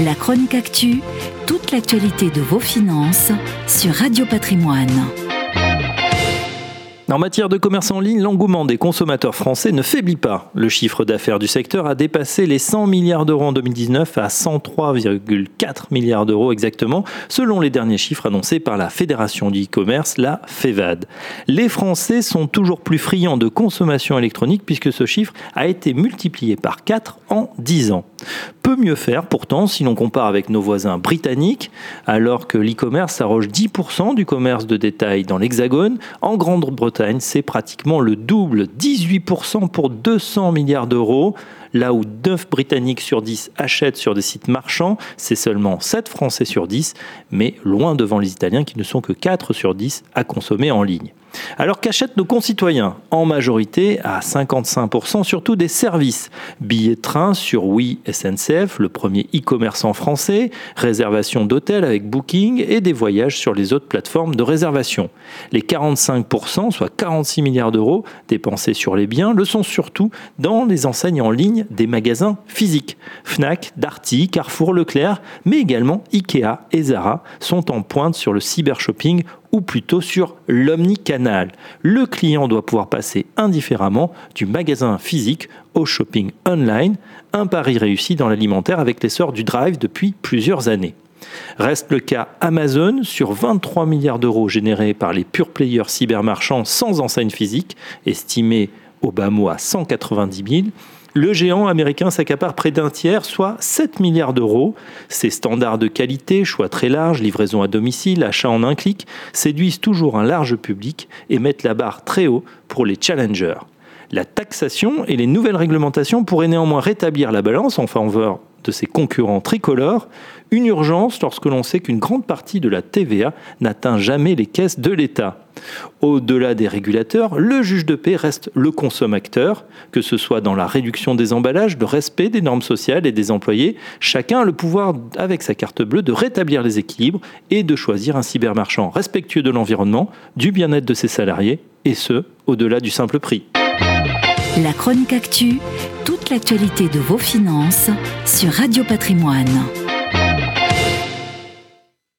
La chronique actu, toute l'actualité de vos finances sur Radio Patrimoine. En matière de commerce en ligne, l'engouement des consommateurs français ne faiblit pas. Le chiffre d'affaires du secteur a dépassé les 100 milliards d'euros en 2019 à 103,4 milliards d'euros exactement, selon les derniers chiffres annoncés par la Fédération du e-commerce, la FEVAD. Les Français sont toujours plus friands de consommation électronique puisque ce chiffre a été multiplié par 4 en 10 ans. Peut mieux faire pourtant si l'on compare avec nos voisins britanniques, alors que l'e-commerce s'arroge 10% du commerce de détail dans l'Hexagone. En Grande-Bretagne, c'est pratiquement le double, 18% pour 200 milliards d'euros. Là où 9 Britanniques sur 10 achètent sur des sites marchands, c'est seulement 7 Français sur 10, mais loin devant les Italiens qui ne sont que 4 sur 10 à consommer en ligne. Alors qu'achètent nos concitoyens ? En majorité, à 55%, surtout des services. Billets de train sur Oui SNCF, le premier e-commerçant français, réservation d'hôtels avec Booking et des voyages sur les autres plateformes de réservation. Les 45%, soit 46 milliards d'euros dépensés sur les biens, le sont surtout dans les enseignes en ligne des magasins physiques. Fnac, Darty, Carrefour, Leclerc, mais également Ikea et Zara sont en pointe sur le cybershopping ou plutôt sur l'omnicanal. Le client doit pouvoir passer indifféremment du magasin physique au shopping online, un pari réussi dans l'alimentaire avec l'essor du drive depuis plusieurs années. Reste le cas Amazon, sur 23 milliards d'euros générés par les pure players cybermarchands sans enseigne physique, estimés au bas mot à 190 000. Le géant américain s'accapare près d'un tiers, soit 7 milliards d'euros. Ses standards de qualité, choix très large, livraison à domicile, achat en un clic, séduisent toujours un large public et mettent la barre très haut pour les challengers. La taxation et les nouvelles réglementations pourraient néanmoins rétablir la balance en faveur de ses concurrents tricolores, une urgence lorsque l'on sait qu'une grande partie de la TVA n'atteint jamais les caisses de l'État. Au-delà des régulateurs, le juge de paix reste le consommateur, que ce soit dans la réduction des emballages, le respect des normes sociales et des employés. Chacun a le pouvoir, avec sa carte bleue, de rétablir les équilibres et de choisir un cybermarchand respectueux de l'environnement, du bien-être de ses salariés, et ce, au-delà du simple prix. La chronique actu, toute l'actualité de vos finances sur Radio Patrimoine.